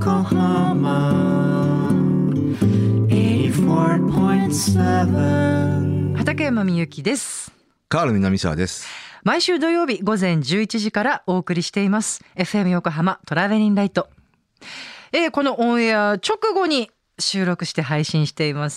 Yokohama 84.7。 畠山みゆきです。 カール南沢です。 毎週土曜日午前11時からお送りしています FM 横浜トラベリンライト。このオンエア直後に収録して配信しています。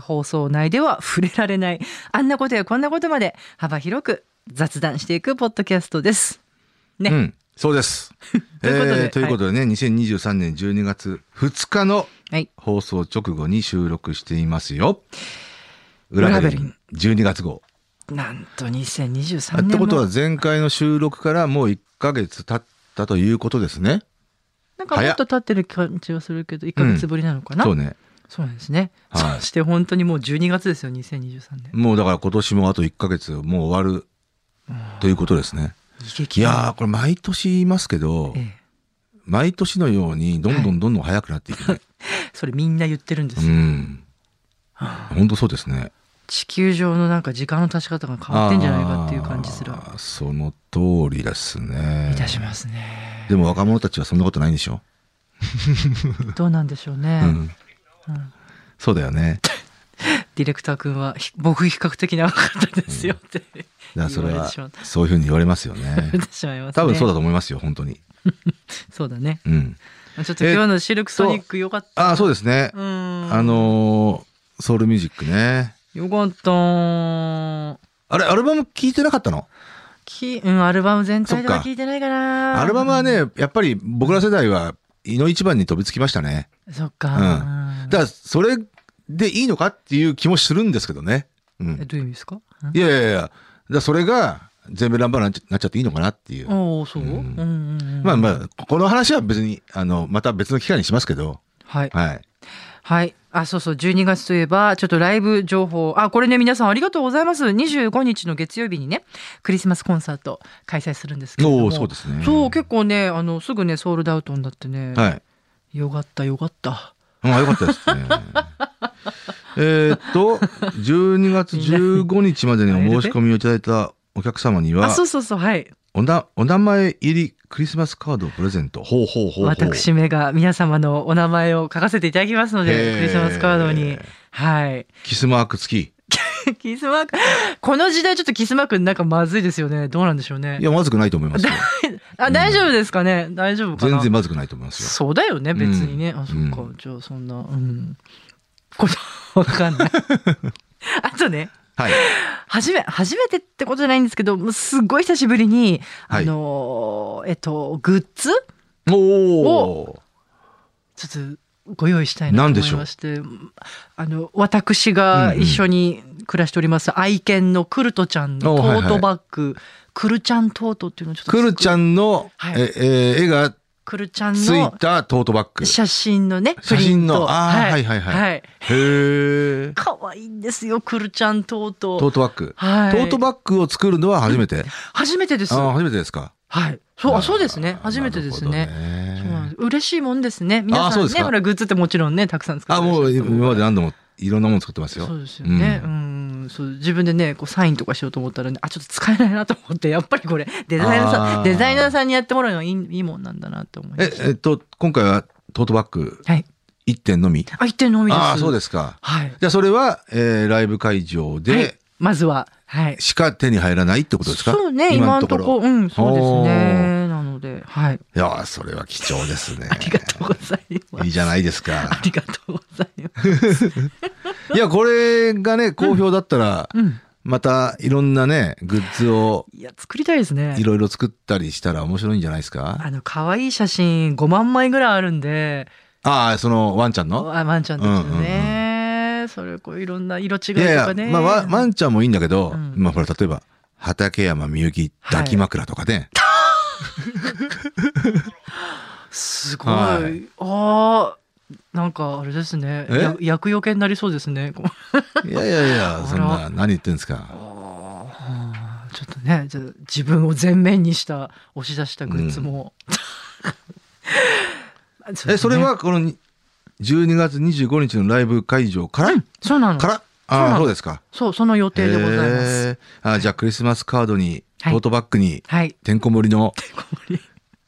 放送内では触れられないあんなことやこんなことまで幅広く雑談していくポッドキャストですね。 うん、そうですということでね、2023年12月2日の放送直後に収録していますよ。裏ベリン12月号。 なんと2023年もってことは前回の収録からもう1ヶ月経ったということですね。 なんかもっと経ってる感じはするけど1ヶ月ぶりなのかな、 そうね。 そうなんですね、 はい、 そして本当にもう12月ですよ、2023年。 もうだから今年もあと1ヶ月もう終わるということですね。いやー、これ毎年言いますけど、毎年のようにどんどん早くなっていくね、はい、 それみんな言ってるんですよ。 本当そうですね。 地球上のなんか時間の経ち方が変わってんじゃないかっていう感じすらその通りですね。 いたしますね。 でも若者たちはそんなことないんでしょどうなんでしょうね、 そうだよねディレクター君は僕比較的長かったですよって、 だからそれはそういうふうに言われますよね多分そうだと思いますよ本当にそうだね、ちょっと今日のシルクソニック良かった。 そうですね、ソウルミュージックね、 よかった。 あれアルバム聴いてなかったの？ アルバム全体では聴いてないかな。 アルバムはねやっぱり僕ら世代はいの一番に飛びつきましたね。 そっか、 だからそれでいいのかっていう気もするんですけどね、 どういう意味ですか？ いやだそれが全部ナンバーになっちゃっていいのかなっていう。 そう、 まあこの話は別にまた別の機会にしますけど、はいそうそう、12月といえばちょっとライブ情報、これね皆さんありがとうございます。25日の月曜日にねクリスマスコンサート開催するんですけれども、 そうですね。 そう結構ねすぐねソールドアウトになってね、よかった。よかったですね12月15日までにお申し込みをいただいたお客様にはお名前入りクリスマスカードをプレゼント。 私めが皆様のお名前を書かせていただきますので、クリスマスカードにキスマーク付きキスマーク、この時代ちょっとキスマークなんかまずいですよね。どうなんでしょうね。 いやまずくないと思いますよ大丈夫ですかね。大丈夫かな。 全然まずくないと思いますよ。 そうだよね別にね、そっか、じゃあそんなことわかんないあとね、初めてってことじゃないんですけど、すっごい久しぶりにグッズをちょっとご用意したいなと思いまして、私が一緒に暮らしております愛犬のクルトちゃんのトートバッグ、クルちゃんトートっていうのをちょっとクルちゃんの、絵がクルちゃんのついたトートバッグ、 写真のねプリント、へえ、可愛いんですよクルちゃんトートバッグ。トートバッグを作るのは初めてです。 初めてですか。そうですね、初めてですね。嬉しいもんですね。皆さんね、ほらグッズってもちろんねたくさん作ってもう今まで何度もいろんなもの作ってますよ。 そうですよね。自分でねサインとかしようと思ったらね、ちょっと使えないなと思って、やっぱりこれデザイナーさんにやってもらうのはいいもんなんだなって思いました。 今回はトートバッグ1点のみ。 1点のみです。 そうですか。じゃあそれはライブ会場でまずはしか手に入らないってことですか？ そうね、今のところそうですね。なのでいやそれは貴重ですねありがとうございます。 いいじゃないですか。 ありがとうございますいやこれがね好評だったらまたいろんなねグッズを作りたいですね。 いろいろ作ったりしたら面白いんじゃないですか。 可愛い写真5万枚ぐらいあるんで、 そのワンちゃんのワンちゃんたちのね、それいろんな色違いとかね。 ワンちゃんもいいんだけど、ほら例えば畠山みゆき抱き枕とかね、 すごい。なんかあれですね、厄除けになりそうですね。 いやそんな何言ってんですか。 ちょっとね、自分を前面にした押し出したグッズも、 それはこの12月25日のライブ会場から、 そうなのからそうですか。 その予定でございます。 じゃあクリスマスカードにトートバッグにてんこ盛りの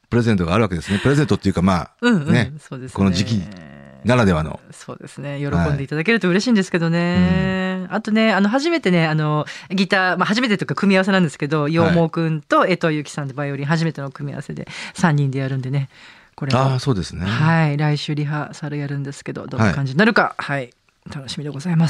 プレゼントがあるわけですね。プレゼントっていうかまあ、ね、 そうですね、 この時期ならではの。 そうですね。喜んでいただけると嬉しいんですけどね。あとね、初めてね、ギター、初めてというか組み合わせなんですけど、陽毛くんと江藤由紀さんでバイオリン初めての組み合わせで3人でやるんでね。これもそうですね。 はい、来週リハーサルやるんですけど、どんな感じになるか、楽しみでございます。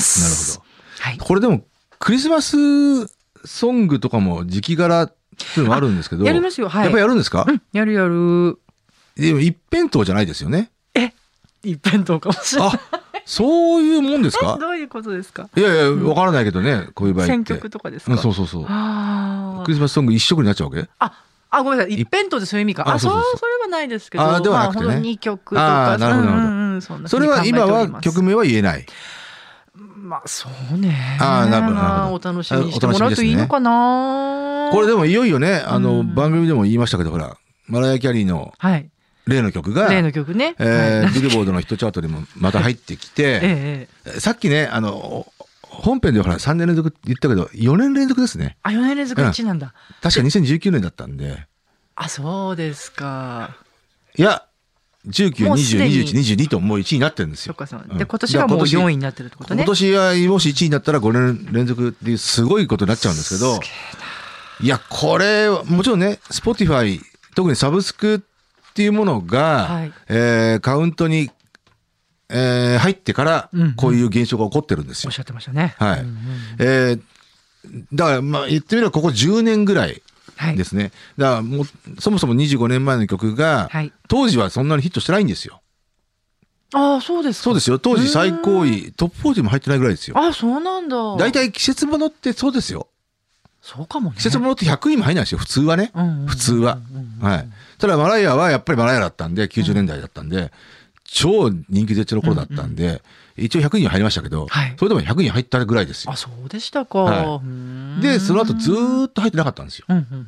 なるほど。はい。これでもクリスマスソングとかも時期柄っていうのもあるんですけど、 やりますよ。はい。 やっぱやるんですか？ やる。 でも一辺倒じゃないですよね。 一辺倒かもしれない。 そういうもんですか？ どういうことですか？ いやわからないけどね、こういう場合って。 選曲とかですか？ そう。クリスマスソング一色になっちゃうわけ？ ごめんなさい。一辺倒ってそういう意味か。それはないですけど。 ではなくてね。 2曲とか。 なるほど、なるほど。それは今は曲名は言えない。 そうね。 なるほど。 お楽しみにしてもらうといいのかな。 これでもいよいよね、番組でも言いましたけど、ほら、マライア・キャリーの例の曲が、 例の曲ね。 ビルボードのヒットチャートにもまた入ってきて、さっきね、本編でほら3年連続って言ったけど、4年連続ですね。 4年連続1位なんだ。 確か2019年だったんで。 そうですか。 いや、19、20、21、22ともう1位になってるんですよ。 で、今年はもう4位になってるってことね。 今年はもし1位になったら5年連続っていうすごいことになっちゃうんですけど、いや、これ、もちろんね、Spotify、特にサブスクっていうものが、カウントに、入ってから、こういう現象が起こってるんですよ。 おっしゃってましたね。 はい。だから、言ってみればここ10年ぐらいですね。だからもう、そもそも25年前の曲が、当時はそんなにヒットしてないんですよ。 そうですか。 そうですよ。当時最高位、トップ40も入ってないぐらいですよ。 そうなんだ。 大体季節物ってそうですよ。 そうかもね。 季節物って100位も入らないですよ。普通はね。普通は。はい。ただマライアはやっぱりマライアだったんで、90年代だったんで、超人気絶頂の頃だったんで、一応100位に入りましたけど、それでも100位に入ったぐらいですよ。 そうでしたか。 で、その後ずーっと入ってなかったんですよ。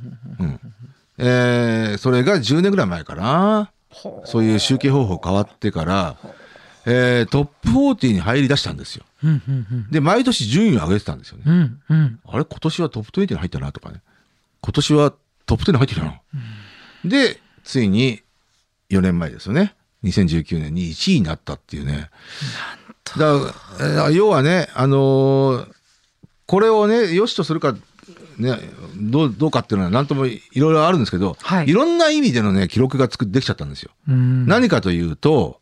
それが10年ぐらい前かな。そういう集計方法変わってから、トップ40に入り出したんですよ。で、毎年順位を上げてたんですよね。あれ、今年はトップ20に入ったなとかね。今年はトップ10に入ってきたな。で、ついに4年前ですよね。2019年に1位になったっていうね。要はね、これをね、良しとするか、ね、どうかっていうのは何ともいろいろあるんですけど、いろんな意味でのね、記録ができちゃったんですよ。何かというと、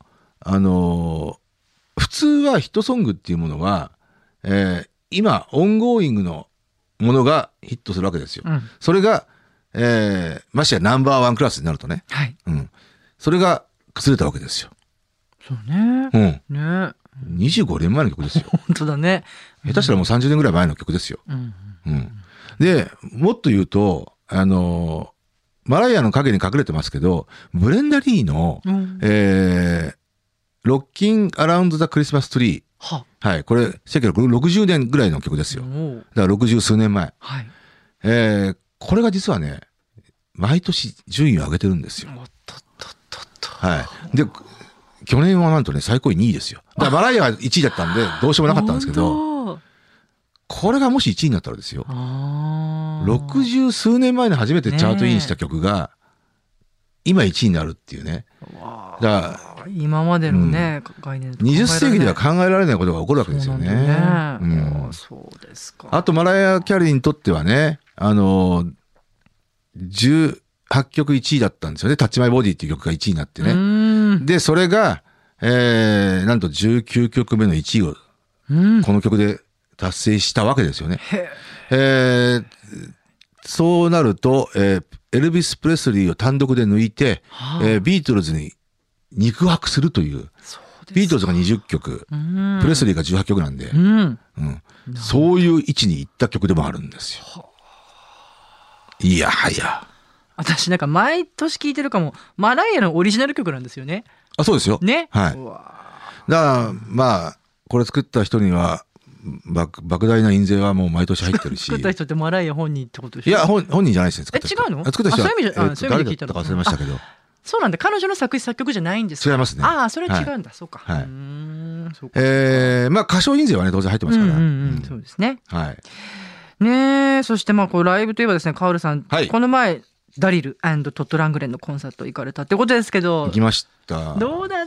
普通はヒットソングっていうものは、今、オンゴーイングのものがヒットするわけですよ。それが、ましてやナンバーワンクラスになるとね。それが崩れたわけですよ。 そうね。 25年前の曲ですよ。 本当だね。 下手したらもう30年ぐらい前の曲ですよ。で、もっと言うと、マライアの影に隠れてますけど、ブレンダ・リーの、ロッキン・アラウンド・ザ・クリスマス・トゥリー。はい。これ、1960年ぐらいの曲ですよ。だから60数年前。これが実はね、毎年順位を上げてるんですよ。はい。で、去年はなんとね、最高位2位ですよ。だからマライアは1位だったんで、どうしようもなかったんですけど、これがもし1位になったらですよ。60数年前に初めてチャートインした曲が、今1位になるっていうね。だから今までのね、概念 20世紀では考えられないことが起こるわけですよね。 そうですか。 あと、マライア・キャリーにとってはね、18曲1位だったんですよね。タッチマイボディっていう曲が1位になってね。で、それが、なんと19曲目の1位を、この曲で達成したわけですよね。そうなると、エルビス・プレスリーを単独で抜いて、ビートルズに肉薄するという。ビートルズが20曲、プレスリーが18曲なんで、そういう位置に行った曲でもあるんですよ。いやはや。 私なんか毎年聴いてるかも、マライアのオリジナル曲なんですよね。 そうですよ。 ね。 はい。だからまあこれ作った人には莫大な印税はもう毎年入ってるし。 作った人ってマライア本人ってことでしょ？ いや本人じゃないですね。 違うの？ 作った人はそういう意味で聞いたの。 誰だったか忘れましたけど。 そうなんだ。彼女の作詞作曲じゃないんですか？ 違いますね。 それは違うんだ。そうか。 まあ歌唱印税はね当然入ってますから。 そうですね。 はい。 ねえ、そしてまあこうライブといえばですね、カオルさん、この前ダリル&トット・ラングレンのコンサート行かれたってことですけど。 行きました。 どうだった？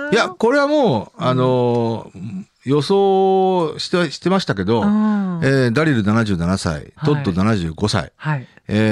いや、これはもう、予想してましたけど、ダリル77歳、トッド75歳。はい。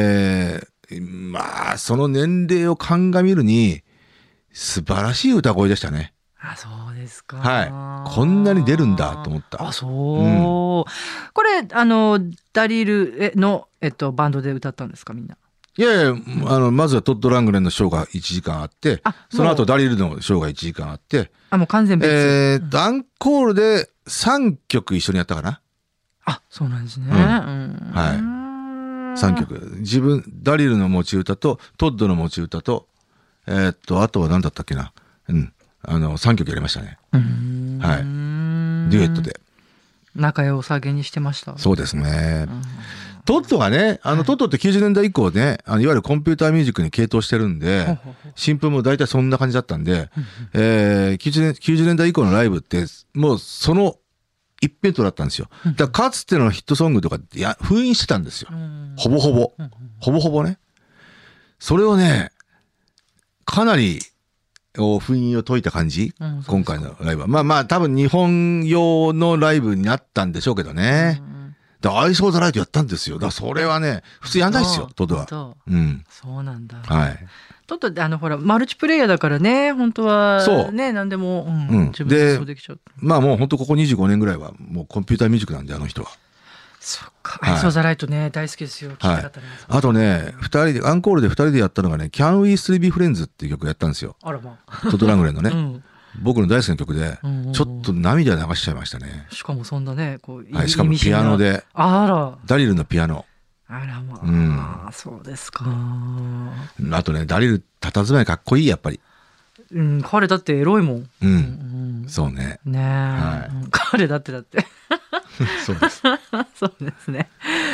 まあ、その年齢を鑑みるに、素晴らしい歌声でしたね。 あ、そうですか。 はい。こんなに出るんだと思った。 あ、そう。これ、ダリルの、バンドで歌ったんですか、みんな。 いやいや、まずはトッド・ラングレンのショーが1時間あって、その後ダリルのショーが1時間あって、 もう完全別。 アンコールで3曲一緒にやったかな。 あ、そうなんですね。 はい。3曲。ダリルの持ち歌と、トッドの持ち歌と、あとは何だったっけな。3曲やりましたね。はい。デュエットで。 仲良さげにしてました。 そうですね。トッドがね、トッドって90年代以降ね、いわゆるコンピューターミュージックに傾倒してるんで、新譜も大体そんな感じだったんで、90年代以降のライブって、もうその一辺倒だったんですよ。だからかつてのヒットソングとか封印してたんですよ。ほぼほぼ。ほぼほぼね。それをね、かなり、封印を解いた感じ、今回のライブは。まあ多分日本用のライブになったんでしょうけどね。アイソーザライトやったんですよ。だからそれはね、普通やんないですよ、トッドは。 そうなんだ。 はい。 トッドってほら、マルチプレイヤーだからね、本当は。そう。ね、何でも、自分でそうできちゃう。 まあもう本当ここ25年ぐらいは、もうコンピューターミュージックなんで、あの人は。 そっか。アイソーザライトね、大好きですよ。 はい。あとね、アンコールで2人でやったのがね、Can We Still Be Friends っていう曲やったんですよ。 あらまあ。 トッド・ラングレンのね。僕の大好きな曲で、ちょっと涙流しちゃいましたね。 しかもそんなね、 はい、しかもピアノで。 あら。 ダリルのピアノ。 あらまあ、そうですか。 あとね、ダリル、佇まいかっこいい、やっぱり。 彼だってエロいもん。そうね。 ねえ。彼だって。 そうです。 そうですね。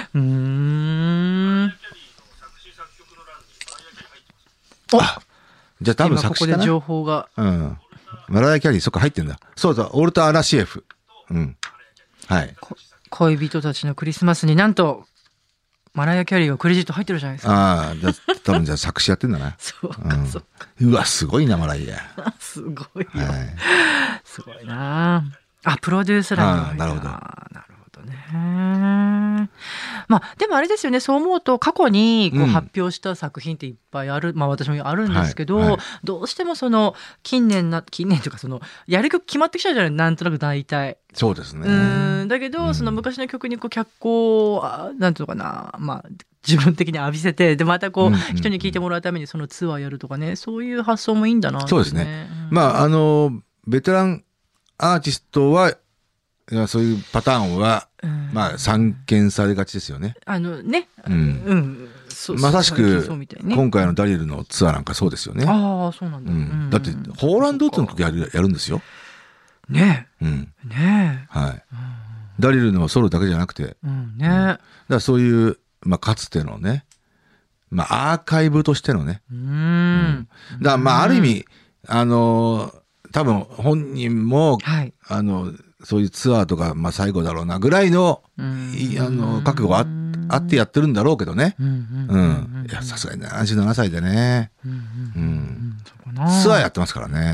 じゃあ多分作詞かな。 ここで情報が。 マライア・キャリー、そっか入ってんだ。そうだ、オルタ・アラシエフ。はい。 恋人たちのクリスマスになんと、マライア・キャリーがクレジット入ってるじゃないですか。 ああ、多分じゃあ作詞やってんだな。 そうか、そうか。 うわ、すごいな、マライア。 すごいよ。すごいな。プロデュースラー。 なるほど。 なるほどね。まあでもあれですよね、そう思うと過去にこう発表した作品っていっぱいある、私もあるんですけど、どうしてもその近年というかそのやる曲決まってきちゃうじゃない、なんとなく大体。 そうですね。 だけどその昔の曲にこう脚光をなんていうのかな、自分的に浴びせて、でまたこう人に聴いてもらうためにそのツアーやるとかね、そういう発想もいいんだなって、ね。 そうですね。ベテランアーティストはそういうパターンは、散見されがちですよね。まさしく、今回のダリルのツアーなんかそうですよね。 ああ、そうなんだ。だって、ホーランドウッドの曲やるんですよ。 ねえ。ねえ。はい。ダリルのソロだけじゃなくて。 だからそういう、かつてのね、アーカイブとしてのね。だからある意味、多分本人も、そういうツアーとか、最後だろうなぐらいの、覚悟があってやってるんだろうけどね。いや、さすがに77歳でね。ツアーやってますからね。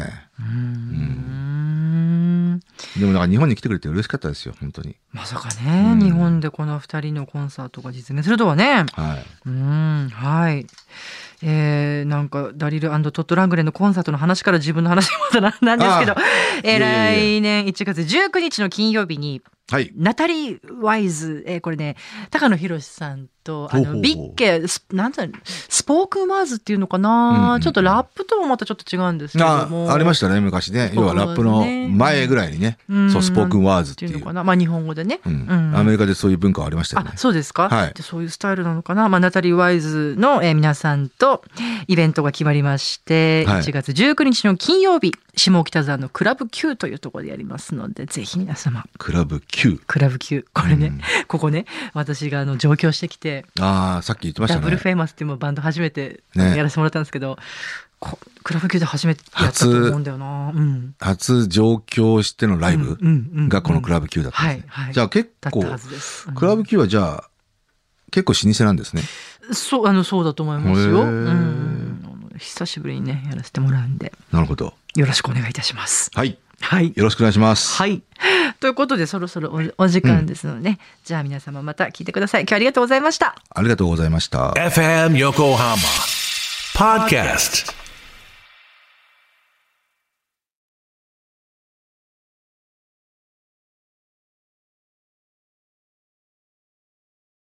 でも日本に来てくれて嬉しかったですよ、本当に。 まさかね、日本でこの2人のコンサートが実現するとはね。はい。なんかダリル&トッド・ラングレンのコンサートの話から自分の話またなんですけど、来年1月19日の金曜日に、ナタリー・ワイズ、これね、高野博さんとビッケ、なんていうの、スポークンワーズっていうのかな、ちょっとラップともまたちょっと違うんですけども。 ありましたね、昔ね。要はラップの前ぐらいにね、そう、スポークンワーズっていう。 のかな、日本語でね。 アメリカでそういう文化はありましたよね。 そうですか。そういうスタイルなのかな。ナタリー・ワイズの皆さんとイベントが決まりまして、1月19日の金曜日、下北沢のクラブ Q というところでやりますので、ぜひ皆様。 クラブ Q。 クラブ Q。これね、ここね、私が上京してきて、 さっき言ってましたね。 ダブルフェイマスっていうバンド初めてやらせてもらったんですけど、クラブ Q で初めてやったと思うんだよな。 初上京してのライブがこのクラブ Q だったんですね。じゃあ結構、クラブ Q はじゃあ結構老舗なんですね。 そうだと思いますよ。久しぶりにねやらせてもらうんで。 なるほど。 よろしくお願いいたします。 はい。 はい。 よろしくお願いします。 はい。ということでそろそろお時間ですので、じゃあ皆様また聞いてください。今日はありがとうございました。 ありがとうございました。 FM Yokohama Podcast